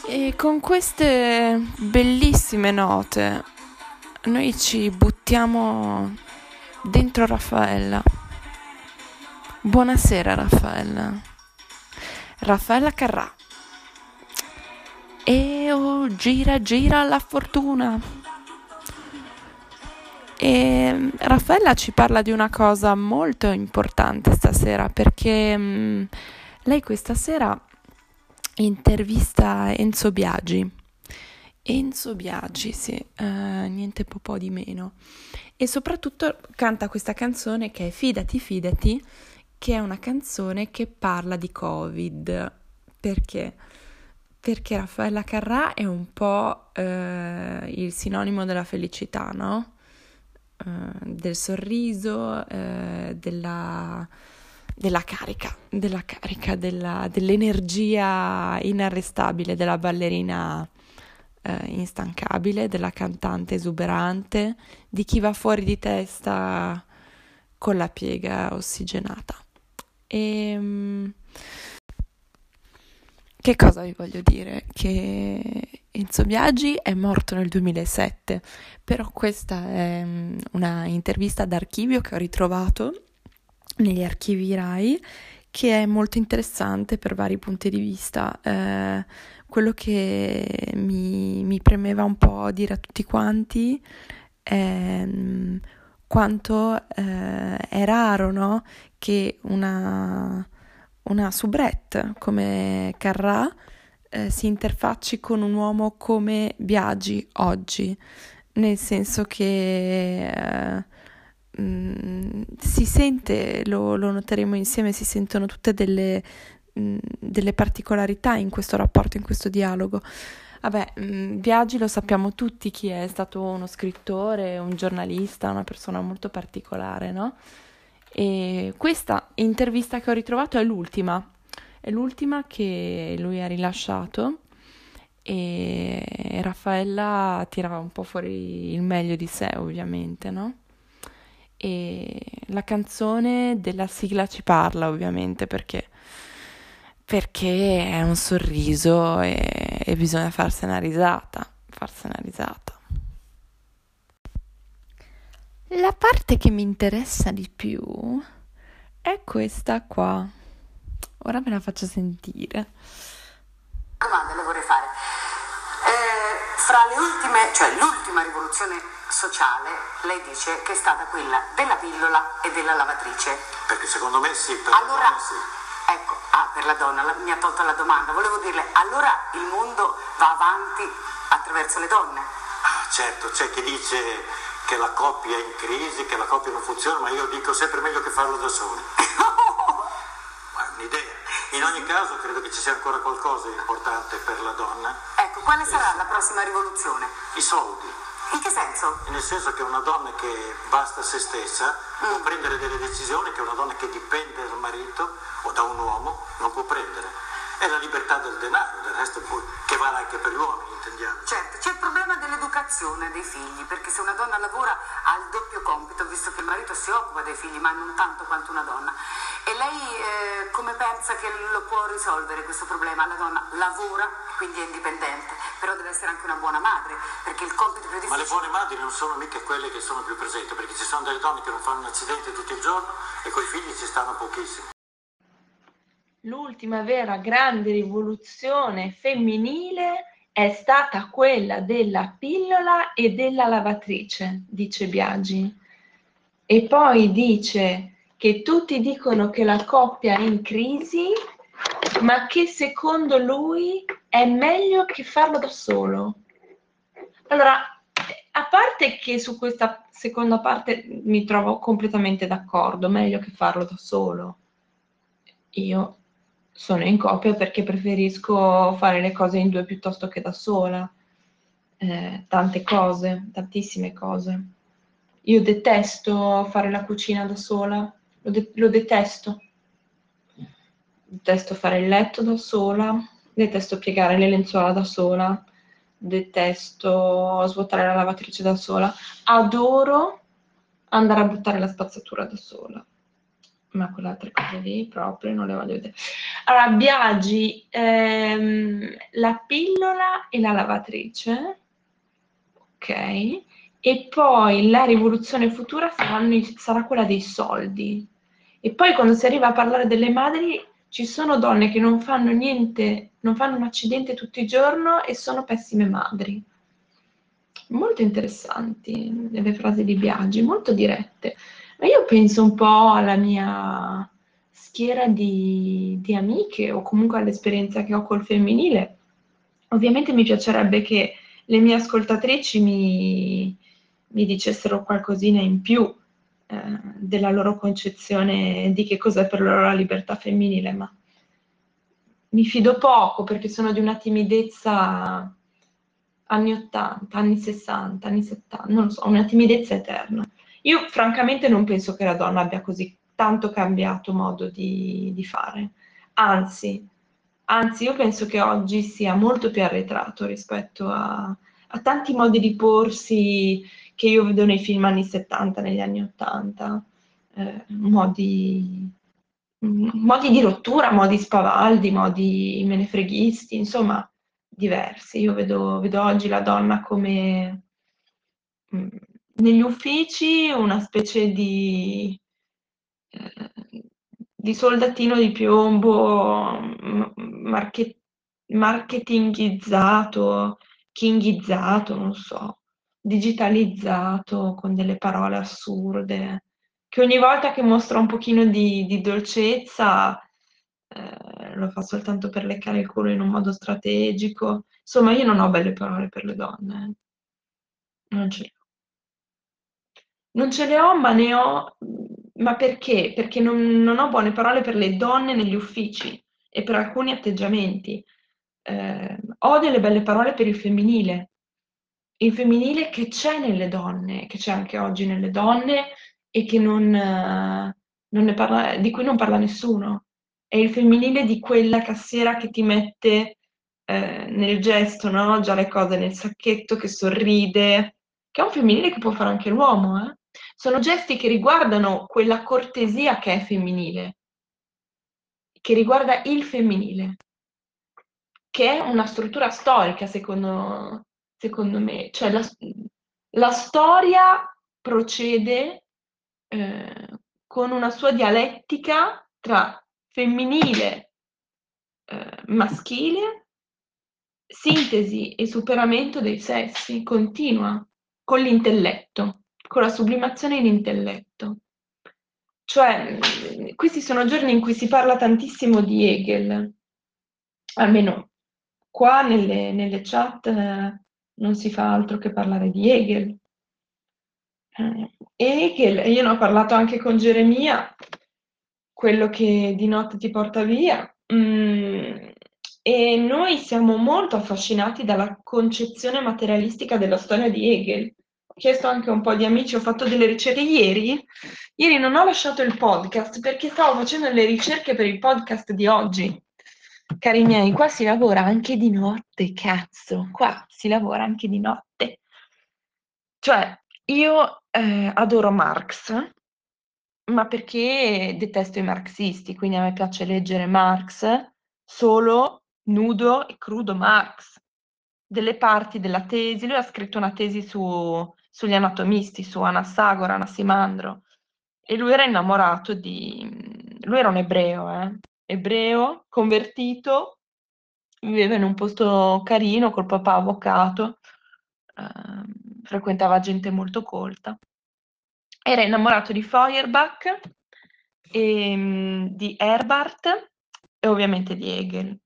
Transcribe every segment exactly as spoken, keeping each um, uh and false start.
E con queste bellissime note noi ci buttiamo dentro Raffaella. Buonasera Raffaella. Raffaella Carrà. E oh, gira gira la fortuna. E Raffaella ci parla di una cosa molto importante stasera perché mh, lei questa sera intervista Enzo Biagi. Enzo Biagi, sì, eh, niente po' di meno. E soprattutto canta questa canzone che è Fidati, fidati, che è una canzone che parla di Covid. Perché? Perché Raffaella Carrà è un po' eh, il sinonimo della felicità, no? Eh, del sorriso, eh, della della carica, della carica, della, dell'energia inarrestabile, della ballerina eh, instancabile, della cantante esuberante, di chi va fuori di testa con la piega ossigenata. E che cosa vi voglio dire? Che Enzo Biagi è morto nel duemilasette, però questa è una intervista d'archivio che ho ritrovato negli archivi Rai, che è molto interessante per vari punti di vista. Eh, quello che mi, mi premeva un po' dire a tutti quanti è mh, quanto eh, è raro, no? Che una, una soubrette come Carrà eh, si interfacci con un uomo come Biagi oggi, nel senso che eh, Mm, si sente, lo, lo noteremo insieme, si sentono tutte delle, mm, delle particolarità in questo rapporto, in questo dialogo. Vabbè, mm, Biagi lo sappiamo tutti chi è, è stato uno scrittore, un giornalista, una persona molto particolare, no? E questa intervista che ho ritrovato è l'ultima, è l'ultima che lui ha rilasciato e Raffaella tirava un po' fuori il meglio di sé, ovviamente, no? E la canzone della sigla ci parla ovviamente perché, perché è un sorriso e, e bisogna farsene una risata, farsene una risata. La parte che mi interessa di più è questa qua. Ora me la faccio sentire. Domanda le vorrei fare. Eh, fra le ultime, cioè l'ultima rivoluzione sociale, lei dice che è stata quella della pillola e della lavatrice. Perché secondo me sì, per allora, la donna sì. Ecco, ah, per la donna, la, mi ha tolto la domanda. Volevo dirle, allora il mondo va avanti attraverso le donne? Ah, certo, c'è chi dice che la coppia è in crisi, che la coppia non funziona, ma io dico sempre meglio che farlo da soli. Ma è un'idea. In ogni caso credo che ci sia ancora qualcosa di importante per la donna. Ecco, quale sarà la prossima rivoluzione? I soldi. In che senso? Nel senso che una donna che basta a se stessa mm. può prendere delle decisioni che una donna che dipende dal marito o da un uomo non può prendere. È la libertà del denaro, del resto poi, che vale anche per gli uomini, intendiamo. Certo, c'è il problema dell'educazione dei figli, perché se una donna lavora ha il doppio compito, visto che il marito si occupa dei figli, ma non tanto quanto una donna. E lei eh, come pensa che lo può risolvere questo problema? La donna lavora, quindi è indipendente, però deve essere anche una buona madre, perché il compito più difficile... Ma le buone madri non sono mica quelle che sono più presenti, perché ci sono delle donne che non fanno un accidente tutto il giorno e coi figli ci stanno pochissimo. L'ultima vera grande rivoluzione femminile è stata quella della pillola e della lavatrice, dice Biagi. E poi dice che tutti dicono che la coppia è in crisi, ma che secondo lui è meglio che farlo da solo. Allora, a parte che su questa seconda parte mi trovo completamente d'accordo, meglio che farlo da solo. Io sono in coppia perché preferisco fare le cose in due piuttosto che da sola. Eh, tante cose, tantissime cose. Io detesto fare la cucina da sola, lo, de- lo detesto. Detesto fare il letto da sola, detesto piegare le lenzuola da sola, detesto svuotare la lavatrice da sola. Adoro andare a buttare la spazzatura da sola. ma quelle altre cose lì proprio non le voglio vedere. Allora, Biagi, ehm, la pillola e la lavatrice, ok, e poi la rivoluzione futura saranno i- sarà quella dei soldi. E poi quando si arriva a parlare delle madri, ci sono donne che non fanno niente, non fanno un accidente tutti i giorni e sono pessime madri. Molto interessanti le frasi di Biagi, molto dirette. Ma io penso un po' alla mia schiera di, di amiche o comunque all'esperienza che ho col femminile. Ovviamente mi piacerebbe che le mie ascoltatrici mi, mi dicessero qualcosina in più eh, della loro concezione di che cos'è per loro la libertà femminile, ma mi fido poco perché sono di una timidezza anni ottanta, anni sessanta, anni settanta, non lo so, una timidezza eterna. Io francamente non penso che la donna abbia così tanto cambiato modo di, di fare, anzi, anzi io penso che oggi sia molto più arretrato rispetto a, a tanti modi di porsi che io vedo nei film anni settanta, negli anni ottanta, eh, modi, modi di rottura, modi spavaldi, modi menefreghisti, insomma, diversi. Io vedo, vedo oggi la donna come mh, negli uffici una specie di, eh, di soldatino di piombo m- marche- marketingizzato, kingizzato, non so, digitalizzato con delle parole assurde, che ogni volta che mostra un pochino di, di dolcezza eh, lo fa soltanto per leccare il culo in un modo strategico. Insomma, io non ho belle parole per le donne, eh. Non ce le ho. Non ce le ho, ma ne ho... Ma perché? Perché non, non ho buone parole per le donne negli uffici e per alcuni atteggiamenti. Eh, ho delle belle parole per il femminile. Il femminile che c'è nelle donne, che c'è anche oggi nelle donne e che non, eh, non ne parla, di cui non parla nessuno. È il femminile di quella cassiera che ti mette eh, nel gesto, no? Già le cose nel sacchetto, che sorride, che è un femminile che può fare anche l'uomo, eh? Sono gesti che riguardano quella cortesia che è femminile, che riguarda il femminile, che è una struttura storica, secondo, secondo me. Cioè la, la storia procede eh, con una sua dialettica tra femminile, eh, maschile, sintesi e superamento dei sessi, continua, con l'intelletto, con la sublimazione in intelletto. Cioè, mh, questi sono giorni in cui si parla tantissimo di Hegel, almeno qua nelle, nelle chat eh, non si fa altro che parlare di Hegel. Eh, Hegel, io ne ho parlato anche con Geremia, quello che di notte ti porta via, mm, e noi siamo molto affascinati dalla concezione materialistica della storia di Hegel. Ho chiesto anche a un po' di amici, ho fatto delle ricerche ieri. Ieri non ho lasciato il podcast perché stavo facendo le ricerche per il podcast di oggi. Cari miei, qua si lavora anche di notte, cazzo, qua si lavora anche di notte. Cioè, io eh, adoro Marx, ma perché detesto i marxisti, quindi a me piace leggere Marx, solo nudo e crudo Marx, delle parti della tesi. Lui ha scritto una tesi su- sugli anatomisti, su Anassagora, Anasimandro, e lui era innamorato di... Lui era un ebreo, eh? Ebreo, convertito, viveva in un posto carino col papà avvocato, ehm, frequentava gente molto colta. Era innamorato di Feuerbach, e, di Herbart e ovviamente di Hegel.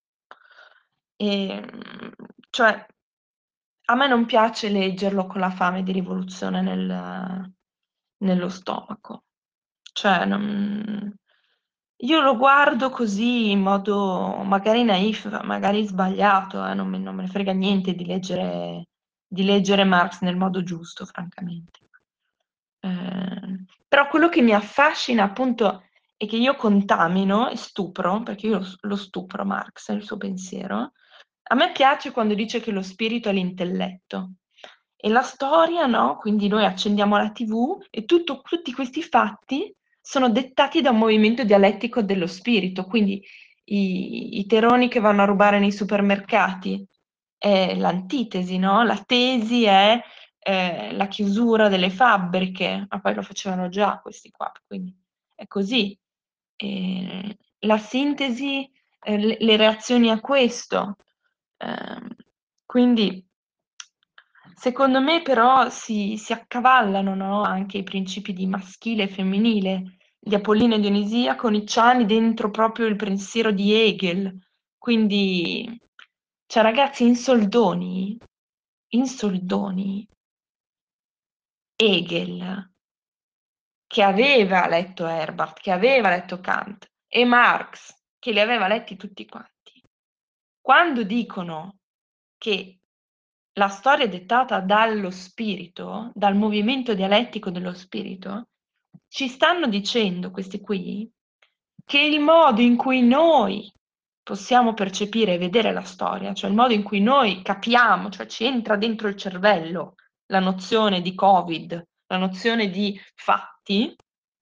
E, cioè, a me non piace leggerlo con la fame di rivoluzione nel- nello stomaco. Cioè, non- io lo guardo così in modo magari naif, magari sbagliato, eh, non me, non me ne frega niente di leggere, di leggere Marx nel modo giusto, francamente. Eh, però quello che mi affascina appunto è che io contamino e stupro, perché io lo, lo stupro Marx, il suo pensiero. A me piace quando dice che lo spirito è l'intelletto e la storia, no? Quindi noi accendiamo la T V e tutto- tutti questi fatti sono dettati da un movimento dialettico dello spirito, quindi i, i teroni che vanno a rubare nei supermercati è l'antitesi, no? La tesi è eh, la chiusura delle fabbriche, ma poi lo facevano già questi qua, quindi è così. E la sintesi, eh, le, le reazioni a questo. Ehm, quindi, secondo me, però, si, si accavallano, no? Anche i principi di maschile e femminile, di Apollino e Dionisia, con i Ciani dentro proprio il pensiero di Hegel. Quindi, cioè, ragazzi, in soldoni, in soldoni, Hegel, che aveva letto Herbart, che aveva letto Kant, e Marx, che li aveva letti tutti quanti, quando dicono che la storia è dettata dallo spirito, dal movimento dialettico dello spirito, ci stanno dicendo questi qui che il modo in cui noi possiamo percepire e vedere la storia, cioè il modo in cui noi capiamo, cioè ci entra dentro il cervello la nozione di Covid, la nozione di fatti,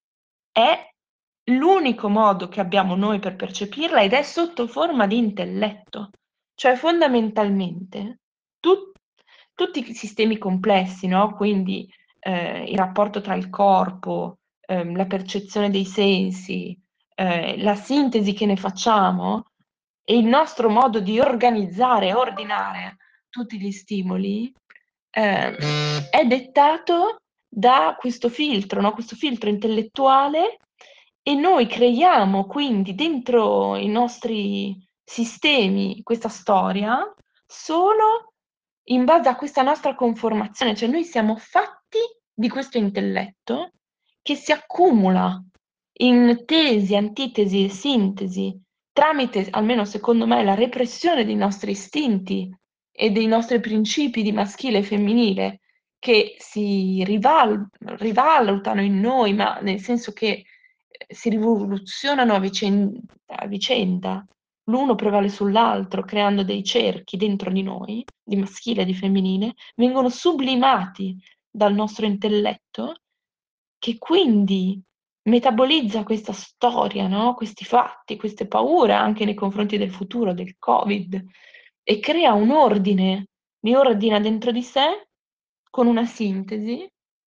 è l'unico modo che abbiamo noi per percepirla ed è sotto forma di intelletto. Cioè fondamentalmente tu- tutti i sistemi complessi, no? Quindi eh, il rapporto tra il corpo, ehm, la percezione dei sensi, eh, la sintesi che ne facciamo e il nostro modo di organizzare e ordinare tutti gli stimoli eh, è dettato da questo filtro, no? Questo filtro intellettuale e noi creiamo quindi dentro i nostri sistemi questa storia solo in base a questa nostra conformazione, cioè noi siamo fatti di questo intelletto che si accumula in tesi, antitesi e sintesi tramite, almeno secondo me, la repressione dei nostri istinti e dei nostri principi di maschile e femminile che si rival- rivalutano in noi, ma nel senso che eh, si rivoluzionano a vicen- a vicenda, l'uno prevale sull'altro, creando dei cerchi dentro di noi, di maschile e di femminile, vengono sublimati dal nostro intelletto, che quindi metabolizza questa storia, no? Questi fatti, queste paure anche nei confronti del futuro, del Covid, e crea un ordine, li ordina dentro di sé con una sintesi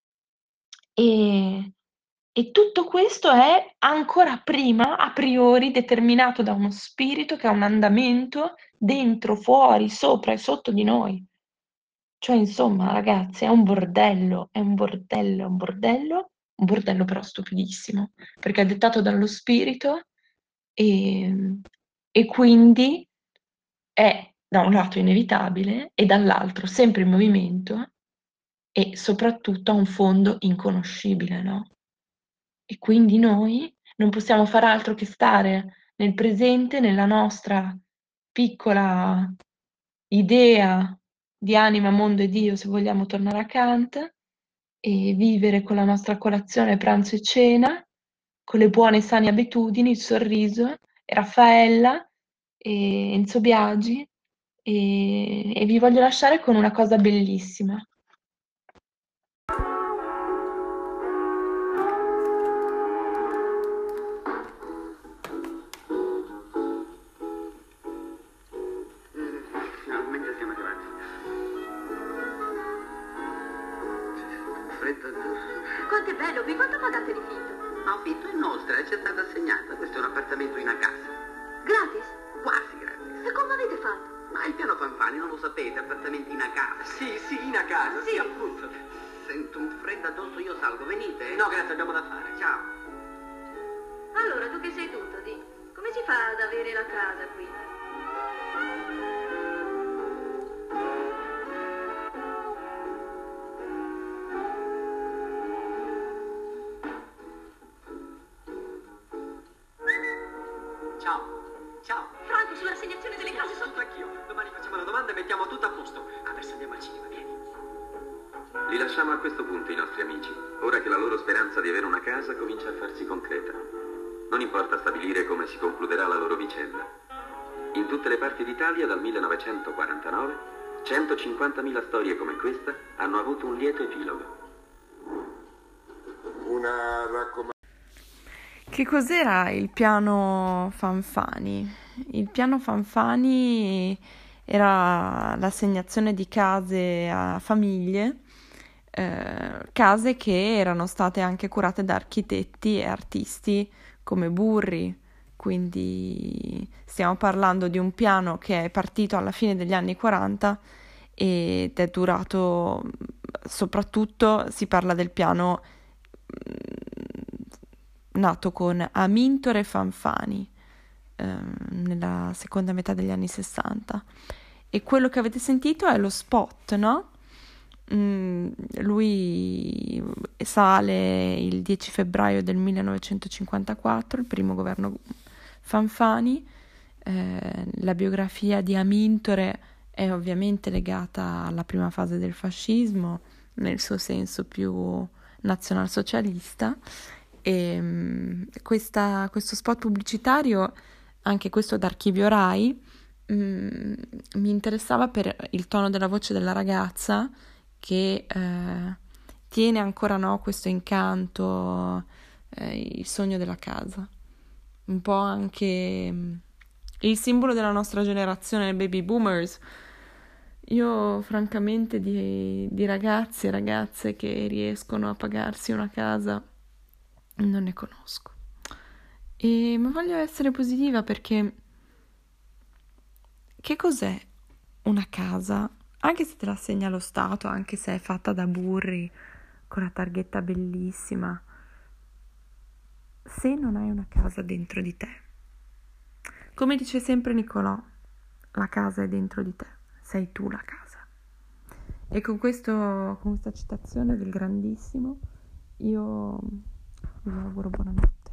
e, e tutto questo è ancora prima, a priori, determinato da uno spirito che ha un andamento dentro, fuori, sopra e sotto di noi. Cioè, insomma, ragazzi, è un bordello, è un bordello, è un bordello, un bordello però stupidissimo, perché è dettato dallo spirito e, e quindi è da un lato inevitabile e dall'altro sempre in movimento e soprattutto ha un fondo inconoscibile, no? E quindi noi non possiamo far altro che stare nel presente, nella nostra piccola idea di anima, mondo e Dio, se vogliamo tornare a Kant, e vivere con la nostra colazione, pranzo e cena, con le buone e sane abitudini, il sorriso, e Raffaella e Enzo Biagi, e, e vi voglio lasciare con una cosa bellissima. Quanto è bello qui, quanto pagate di fitto? Affitto è nostra, ci è stata assegnata. Questo è un appartamento in a casa. Gratis? Quasi gratis. E come avete fatto? Ma il piano Fanfani, non lo sapete, appartamenti in a casa. Sì, sì, in a casa, sì, sì appunto. Sento un freddo addosso, io salgo, venite? No, grazie, abbiamo da fare, ciao. Allora, tu che sei tutto, di? Come si fa ad avere la casa qui? Ciao. Ciao. Franco, sull'assegnazione delle case sono... anch'io. Domani facciamo la domanda e mettiamo tutto a posto. Adesso andiamo al cinema, vieni. Li lasciamo a questo punto i nostri amici, ora che la loro speranza di avere una casa comincia a farsi concreta. Non importa stabilire come si concluderà la loro vicenda. In tutte le parti d'Italia dal millenovecentoquarantanove, centocinquantamila storie come questa hanno avuto un lieto epilogo. Una raccomandazione. Che cos'era il piano Fanfani? Il piano Fanfani era l'assegnazione di case a famiglie, eh, case che erano state anche curate da architetti e artisti come Burri. Quindi stiamo parlando di un piano che è partito alla fine degli anni quaranta ed è durato, soprattutto si parla del piano nato con Amintore Fanfani eh, nella seconda metà degli anni sessanta. E quello che avete sentito è lo spot, no? Mm, lui sale il dieci febbraio del millenovecentocinquantaquattro, il primo governo Fanfani. Eh, la biografia di Amintore è ovviamente legata alla prima fase del fascismo, nel suo senso più nazionalsocialista. E um, questa, questo spot pubblicitario, anche questo d'Archivio Rai, um, mi interessava per il tono della voce della ragazza che eh, tiene ancora, no, questo incanto, eh, il sogno della casa, un po' anche um, il simbolo della nostra generazione, baby boomers. Io francamente di, di ragazzi e ragazze che riescono a pagarsi una casa non ne conosco, e, ma voglio essere positiva, perché che cos'è una casa? Anche se te la assegna lo Stato, anche se è fatta da Burri con la targhetta bellissima, se non hai una casa dentro di te, come dice sempre Nicolò, la casa è dentro di te, sei tu la casa. E con questo, con questa citazione del grandissimo, io vi auguro buonanotte.